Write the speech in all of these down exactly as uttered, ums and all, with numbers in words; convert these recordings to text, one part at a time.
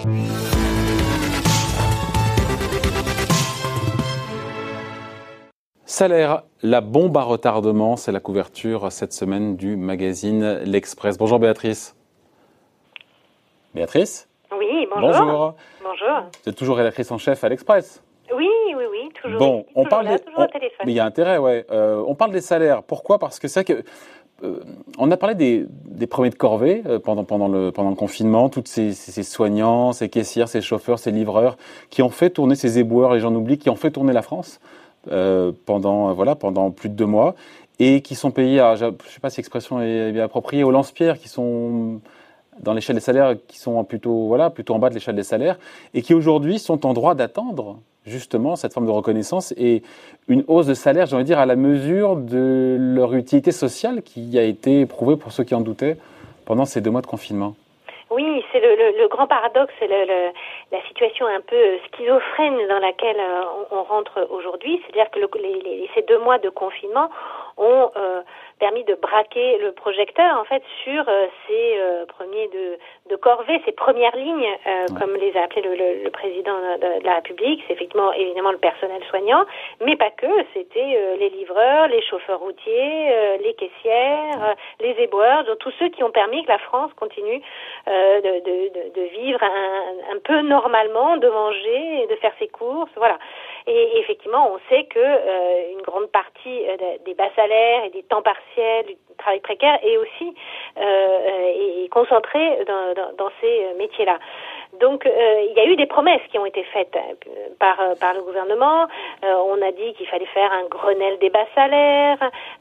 Salaire, la bombe à retardement, c'est la couverture cette semaine du magazine L'Express. Bonjour Béatrice. Béatrice ? Oui, bonjour. Bonjour. Bonjour. Vous êtes toujours rédactrice en chef à l'Express ? Oui, oui, oui, toujours. Bon, ici, on toujours parle là, des, toujours on, au téléphone. mais il y a intérêt, ouais. Euh, on parle des salaires. Pourquoi ? Parce que c'est vrai que euh, on a parlé des, des premiers de corvée euh, pendant pendant le pendant le confinement, toutes ces, ces, ces soignants, ces caissières, ces chauffeurs, ces livreurs qui ont fait tourner ces éboueurs, et j'en oublie, qui ont fait tourner la France euh, pendant euh, voilà pendant plus de deux mois et qui sont payés à, je ne sais pas si l'expression est bien appropriée, au lance-pierre, qui sont dans l'échelle des salaires qui sont plutôt, voilà, plutôt en bas de l'échelle des salaires et qui aujourd'hui sont en droit d'attendre justement cette forme de reconnaissance et une hausse de salaire, j'ai envie de dire, à la mesure de leur utilité sociale qui a été éprouvée pour ceux qui en doutaient pendant ces deux mois de confinement. Oui, c'est le, le, le grand paradoxe, c'est le, le, la situation un peu schizophrène dans laquelle euh, on, on rentre aujourd'hui. C'est-à-dire que le, les, les, ces deux mois de confinement ont euh, permis de braquer le projecteur en fait sur euh, ces euh, premiers de, de corvée, ces premières lignes, euh, ouais. comme les a appelés le, le, le président de, de la République. C'est effectivement évidemment le personnel soignant, mais pas que. C'était euh, les livreurs, les chauffeurs routiers, euh, les caissières, euh, les éboueurs, donc tous ceux qui ont permis que la France continue euh, De, de, de, de vivre un, un peu normalement, de manger, de faire ses courses, voilà. Et, et effectivement, on sait que euh, une grande partie euh, des bas salaires et des temps partiels, du travail précaire, est aussi euh, est concentrée dans, dans, dans ces métiers-là. Donc, euh, il y a eu des promesses qui ont été faites euh, par par le gouvernement. Euh, on a dit qu'il fallait faire un Grenelle des bas salaires.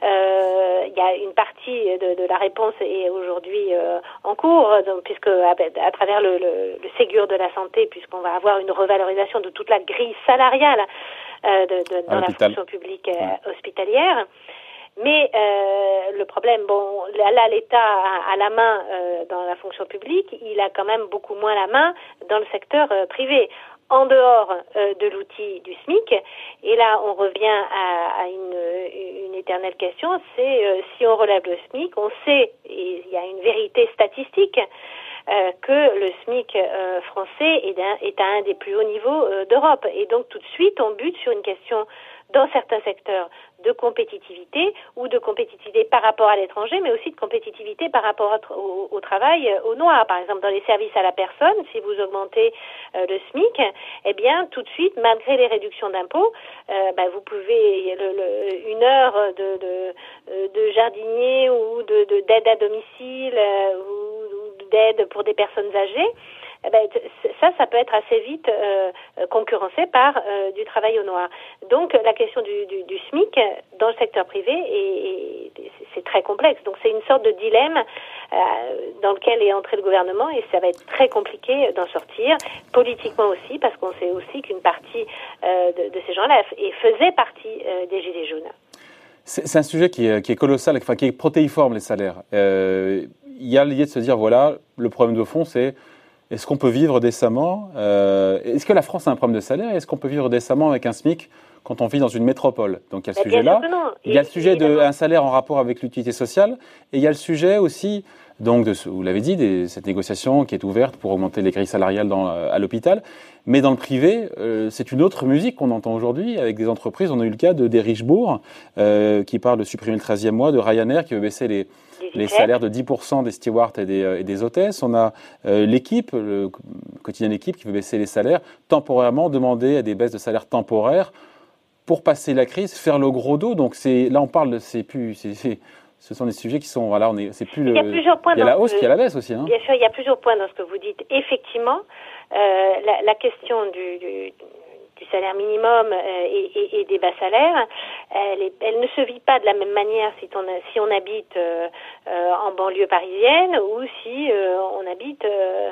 Euh, il y a une partie de, de la réponse est aujourd'hui euh, en cours, donc, puisque à, à travers le, le, le Ségur de la santé, puisqu'on va avoir une revalorisation de toute la grille salariale euh, de, de, dans la fonction publique euh, ouais. hospitalière. Mais euh, le problème, bon, là, l'État a, a la main euh, dans la fonction publique, il a quand même beaucoup moins la main dans le secteur euh, privé, en dehors euh, de l'outil du SMIC. Et là, on revient à, à une, une éternelle question, c'est euh, si on relève le SMIC, on sait, et il y a une vérité statistique, euh, que le SMIC euh, français est, un, est à un des plus hauts niveaux euh, d'Europe. Et donc, tout de suite, on bute sur une question dans certains secteurs de compétitivité ou de compétitivité par rapport à l'étranger, mais aussi de compétitivité par rapport au, au travail au noir. Par exemple, dans les services à la personne, si vous augmentez euh, le SMIC, eh bien, tout de suite, malgré les réductions d'impôts, euh, bah, vous pouvez le, le, une heure de, de, de jardinier ou de, de, d'aide à domicile euh, ou d'aide pour des personnes âgées. Eh ben, ça, ça peut être assez vite euh, concurrencé par euh, du travail au noir. Donc, la question du, du, du SMIC dans le secteur privé, est, est, c'est très complexe. Donc, c'est une sorte de dilemme euh, dans lequel est entré le gouvernement et ça va être très compliqué d'en sortir, politiquement aussi, parce qu'on sait aussi qu'une partie euh, de, de ces gens-là et faisait partie euh, des Gilets jaunes. C'est, c'est un sujet qui est, qui est colossal, enfin, qui est protéiforme, les salaires. Euh, il y a l'idée de se dire, voilà, le problème de fond, c'est est-ce qu'on peut vivre décemment euh, Est-ce que la France a un problème de salaire ? Est-ce qu'on peut vivre décemment avec un SMIC quand on vit dans une métropole ? Donc il y a ce sujet-là. Il y a le sujet d'un salaire en rapport avec l'utilité sociale. Et il y a le sujet aussi, donc de, vous l'avez dit, de cette négociation qui est ouverte pour augmenter les grilles salariales dans, à l'hôpital. Mais dans le privé, euh, c'est une autre musique qu'on entend aujourd'hui avec des entreprises. On a eu le cas de des Richebourg euh, qui parle de supprimer le treizième mois, de Ryanair qui veut baisser les les salaires de dix pour cent des stewards et des, et des hôtesses. On a euh, l'équipe, le quotidien L'équipe, qui veut baisser les salaires temporairement, demander à des baisses de salaires temporaires pour passer la crise, faire le gros dos. Donc c'est, là, on parle de, c'est plus, c'est, c'est, ce sont des sujets qui sont, voilà, on est, c'est plus le. Il y a plusieurs points. Il y a la hausse, il y a la baisse aussi. Hein. Bien sûr, il y a plusieurs points dans ce que vous dites. Effectivement, euh, la, la question du, du du salaire minimum euh, et, et, et des bas salaires, elle, est, elle ne se vit pas de la même manière si on, si on habite euh, euh, en banlieue parisienne ou si euh, on habite euh,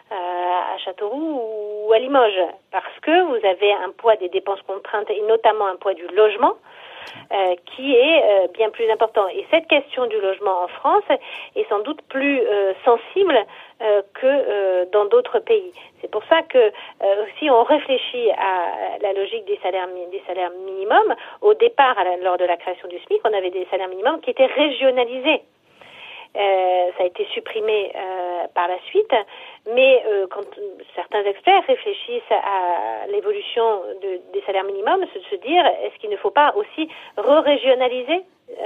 euh, à Châteauroux ou à Limoges, parce que vous avez un poids des dépenses contraintes et notamment un poids du logement Euh, qui est euh, bien plus important. Et cette question du logement en France est sans doute plus euh, sensible euh, que euh, dans d'autres pays. C'est pour ça que euh, si on réfléchit à la logique des salaires des salaires minimums, au départ, à la, lors de la création du SMIC, on avait des salaires minimums qui étaient régionalisés. Euh, ça a été supprimé euh, par la suite, mais euh, quand certains experts réfléchissent à l'évolution de, des salaires minimums, c'est de se dire est-ce qu'il ne faut pas aussi re-régionaliser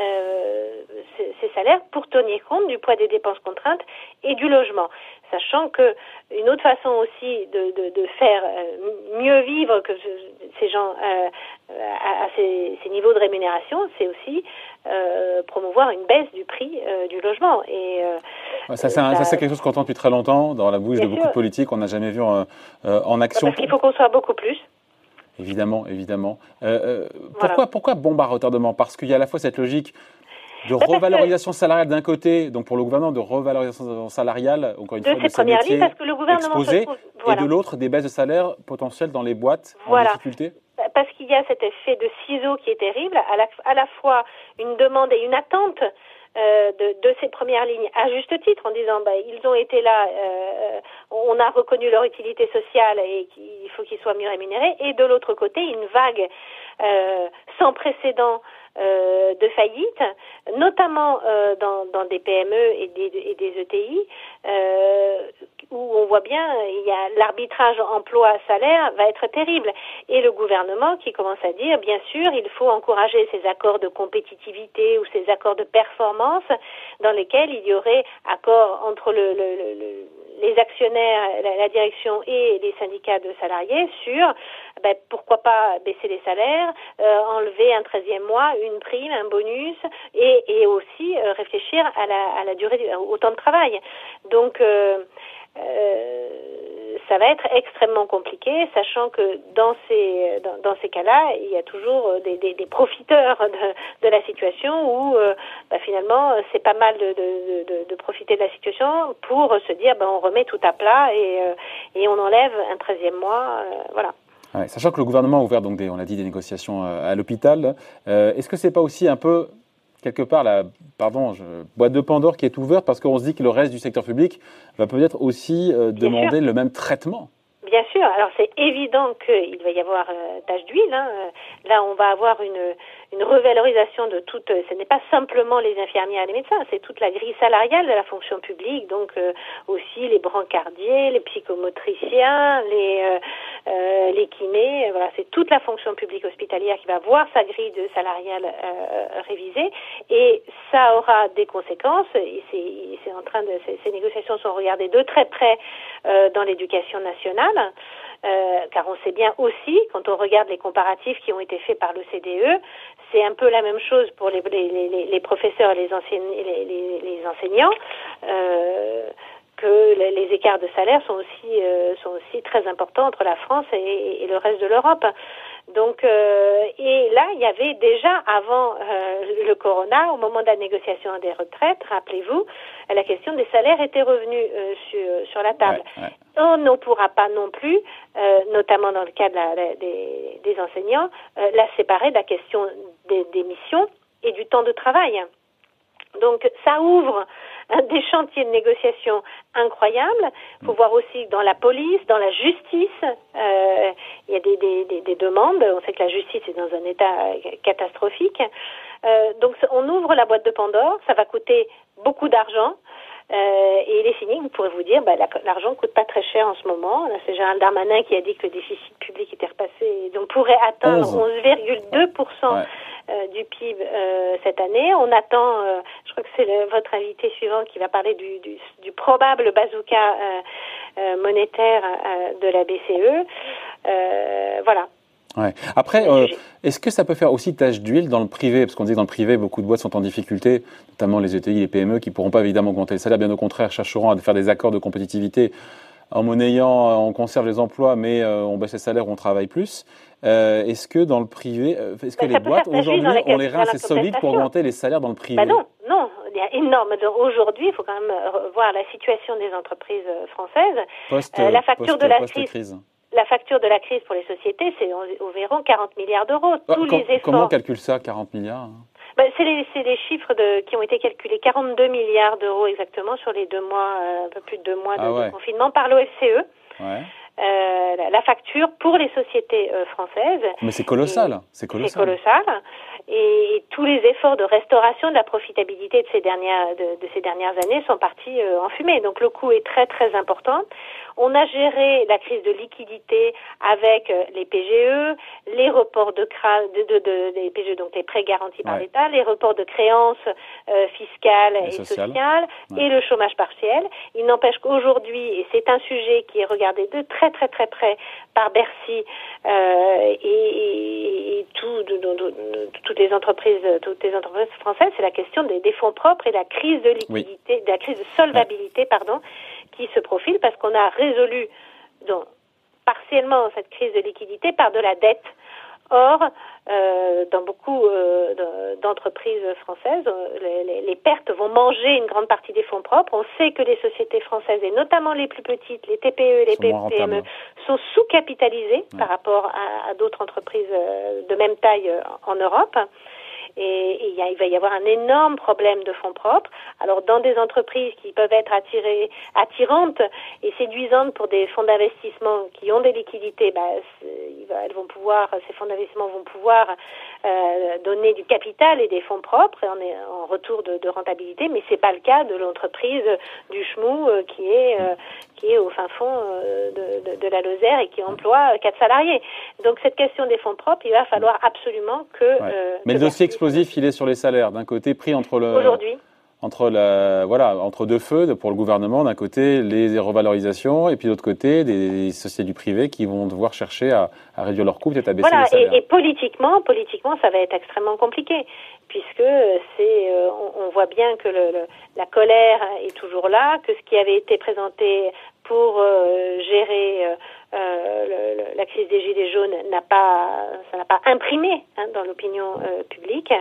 euh, ces, ces salaires pour tenir compte du poids des dépenses contraintes et du logement, sachant que une autre façon aussi de, de, de faire euh, mieux vivre que ces gens euh, à, à ces, ces niveaux de rémunération, c'est aussi euh, promouvoir une baisse du prix euh, du logement. Et euh, ouais, ça, c'est un, ça, ça c'est quelque chose qu'on entend depuis très longtemps dans la bouche de beaucoup sûr. de politiques. On n'a jamais vu euh, euh, en action. Parce qu'il faut qu'on soit beaucoup plus. Évidemment, évidemment. Euh, euh, pourquoi, voilà. pourquoi bombe à retardement? Parce qu'il y a à la fois cette logique de bah revalorisation que... salariale d'un côté, donc pour le gouvernement de revalorisation salariale, encore une de fois, ces de ces métiers parce que le gouvernement exposés, trouve... voilà. et de l'autre, des baisses de salaire potentielles dans les boîtes voilà. en difficulté. Parce qu'il y a cet effet de ciseau qui est terrible, à la, à la fois une demande et une attente euh, de, de ces premières lignes, à juste titre, en disant bah, ils ont été là, euh, on a reconnu leur utilité sociale et qu'il faut qu'ils soient mieux rémunérés, et de l'autre côté, une vague euh, sans précédent Euh, de faillite, notamment euh, dans, dans des P M E et des, et des E T I, euh, où on voit bien il y a l'arbitrage emploi-salaire va être terrible. Et le gouvernement qui commence à dire, bien sûr, il faut encourager ces accords de compétitivité ou ces accords de performance dans lesquels il y aurait accord entre le, le, le, le les actionnaires, la, la direction et les syndicats de salariés sur ben, pourquoi pas baisser les salaires, euh, enlever un treizième mois, une prime, un bonus, et, et aussi euh, réfléchir à la, à la durée, au temps de travail. Donc, euh, euh, ça va être extrêmement compliqué, sachant que dans ces dans, dans ces cas-là, il y a toujours des, des, des profiteurs de, de la situation où euh, bah, finalement c'est pas mal de, de, de, de profiter de la situation pour se dire bah, on remet tout à plat et, euh, et on enlève un treizième mois, euh, voilà. Ouais, sachant que le gouvernement a ouvert donc des, on l'a dit, des négociations à l'hôpital, euh, est-ce que c'est pas aussi un peu quelque part la pardon, je, boîte de Pandore qui est ouverte parce qu'on se dit que le reste du secteur public va peut-être aussi euh, demander sûr. le même traitement? Bien sûr. Alors c'est évident qu'il va y avoir euh, tâche d'huile. Hein. Là, on va avoir une, une revalorisation de toute. Ce n'est pas simplement les infirmières et les médecins, c'est toute la grille salariale de la fonction publique. Donc euh, aussi les brancardiers, les psychomotriciens, les euh, euh, les kinés. Voilà, c'est toute la fonction publique hospitalière qui va voir sa grille de salariale euh, révisée, et ça aura des conséquences. Et c'est, c'est en train de ces, ces négociations sont regardées de très près euh, dans l'éducation nationale. Euh, car on sait bien aussi, quand on regarde les comparatifs qui ont été faits par l'O C D E, c'est un peu la même chose pour les, les, les, les professeurs et les, enseignants, les, les, les enseignants, euh, que les, les écarts de salaire sont aussi, euh, sont aussi très importants entre la France et, et le reste de l'Europe. Donc, euh, et là, il y avait déjà, avant euh, le corona, au moment de la négociation des retraites, rappelez-vous, la question des salaires était revenue euh, sur, sur la table. Ouais, ouais. On ne pourra pas non plus, euh, notamment dans le cas de la, la, des, des enseignants, euh, la séparer de la question des, des missions et du temps de travail. Donc, ça ouvre hein, des chantiers de négociation incroyables. Il faut voir aussi dans la police, dans la justice, euh, il y a des, des, des, des demandes. On sait que la justice est dans un état catastrophique. Euh, donc, on ouvre la boîte de Pandore. Ça va coûter beaucoup d'argent. Euh, et les cyniques, vous pourrez vous dire, bah, la, l'argent ne coûte pas très cher en ce moment. Là, c'est Gérald Darmanin qui a dit que le déficit public était repassé, donc pourrait atteindre onze virgule deux pour cent ouais. euh, du P I B euh, cette année. On attend, euh, je crois que c'est le, votre invité suivant qui va parler du, du, du probable bazooka euh, euh, monétaire euh, de la B C E. Euh, voilà. Ouais. Après, euh, est-ce que ça peut faire aussi tache d'huile dans le privé? Parce qu'on dit que dans le privé, beaucoup de boîtes sont en difficulté, notamment les E T I, les P M E, qui ne pourront pas évidemment augmenter les salaires. Bien au contraire, chercheront à faire des accords de compétitivité en monnayant, on conserve les emplois, mais euh, on baisse les salaires, on travaille plus. Euh, est-ce que dans le privé, est-ce que ben, les boîtes aujourd'hui ont les reins assez solides pour augmenter les salaires dans le privé? Ben non, non. Il y a énorme. Aujourd'hui, il faut quand même voir la situation des entreprises françaises. Post, euh, la facture post, de la crise. crise. La facture de la crise pour les sociétés, c'est environ quarante milliards d'euros. Ah, Tous com- les efforts. Comment on calcule ça, quarante milliards? Ben, c'est, les, c'est les chiffres de, qui ont été calculés, quarante-deux milliards d'euros exactement sur les deux mois, euh, un peu plus de deux mois de, ah ouais. de confinement par l'O F C E. Ouais. Euh, la, la facture pour les sociétés euh, françaises. Mais c'est colossal, c'est colossal. C'est colossal. et, et tous les efforts de restauration de la profitabilité de ces dernières de, de ces dernières années sont partis euh, en fumée. Donc le coût est très très important. On a géré la crise de liquidité avec euh, les P G E, les reports de, cra- de, de, de les P G E, donc les prêts garantis par ouais. l'État, les reports de créances euh, fiscales et, et sociales, sociales ouais. et le chômage partiel. Il n'empêche qu'aujourd'hui, et c'est un sujet qui est regardé de très très très près par Bercy euh, et, et, et tout, de, de, de, de, toutes les entreprises, toutes les entreprises françaises, c'est la question des, des fonds propres et la crise de liquidité, oui. de la crise de solvabilité, ouais. pardon, qui se profile parce qu'on a résolu donc partiellement cette crise de liquidité par de la dette. Or, euh, dans beaucoup euh, d'entreprises françaises, les, les, les pertes vont manger une grande partie des fonds propres. On sait que les sociétés françaises, et notamment les plus petites, les T P E, les P M E, sont sous-capitalisées ouais. par rapport à, à d'autres entreprises de même taille en Europe. Et, et il, y a, il va y avoir un énorme problème de fonds propres. Alors, dans des entreprises qui peuvent être attirées, attirantes et séduisantes pour des fonds d'investissement qui ont des liquidités, bah, elles vont pouvoir, ces fonds d'investissement vont pouvoir euh, donner du capital et des fonds propres en, en retour de, de rentabilité, mais c'est pas le cas de l'entreprise du Chmou euh, qui est euh, qui est au fin fond euh, de, de, de la Lozère et qui emploie quatre salariés. Donc, cette question des fonds propres, il va falloir absolument que... Ouais. Euh, mais que le dossier explosif, il est sur les salaires. D'un côté, pris entre le... Aujourd'hui. Entre, la, voilà, entre deux feux pour le gouvernement, d'un côté les revalorisations et puis de l'autre côté des sociétés du privé qui vont devoir chercher à, à réduire leurs coûts, peut-être à baisser voilà, les salaires. Et, et politiquement, politiquement, ça va être extrêmement compliqué puisque c'est, euh, on, on voit bien que le, le, la colère est toujours là, que ce qui avait été présenté pour euh, gérer euh, euh, le, le, la crise des gilets jaunes n'a pas, ça n'a pas imprimé hein, dans l'opinion euh, publique.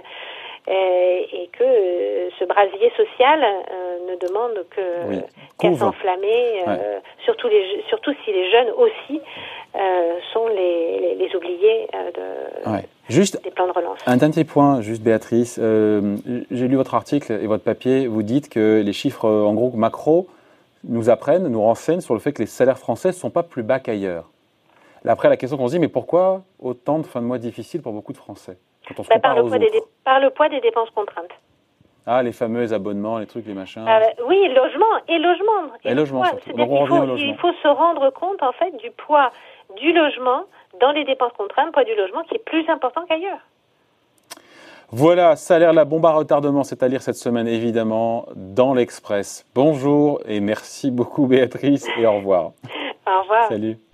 Et, et que euh, ce brasier social euh, ne demande que oui. qu'à s'enflammer, euh, ouais. surtout, les, surtout si les jeunes aussi euh, sont les, les, les oubliés euh, de, ouais. juste des plans de relance. Un dernier point, juste Béatrice, euh, j'ai lu votre article et votre papier, vous dites que les chiffres en gros macro nous apprennent, nous renseignent sur le fait que les salaires français ne sont pas plus bas qu'ailleurs. Là, après la question qu'on se dit, mais pourquoi autant de fins de mois difficiles pour beaucoup de Français ? Bah, par, le poids des, par le poids des dépenses contraintes. Ah, les fameux abonnements, les trucs, les machins. Euh, oui, logement et logement. Et, et logement, surtout. Donc, il, faut, il faut se rendre compte, en fait, du poids du logement dans les dépenses contraintes, poids du logement qui est plus important qu'ailleurs. Voilà, salaire, la bombe à retardement, c'est à lire cette semaine, évidemment, dans l'Express. Bonjour et merci beaucoup, Béatrice, et au revoir. Au revoir. Salut.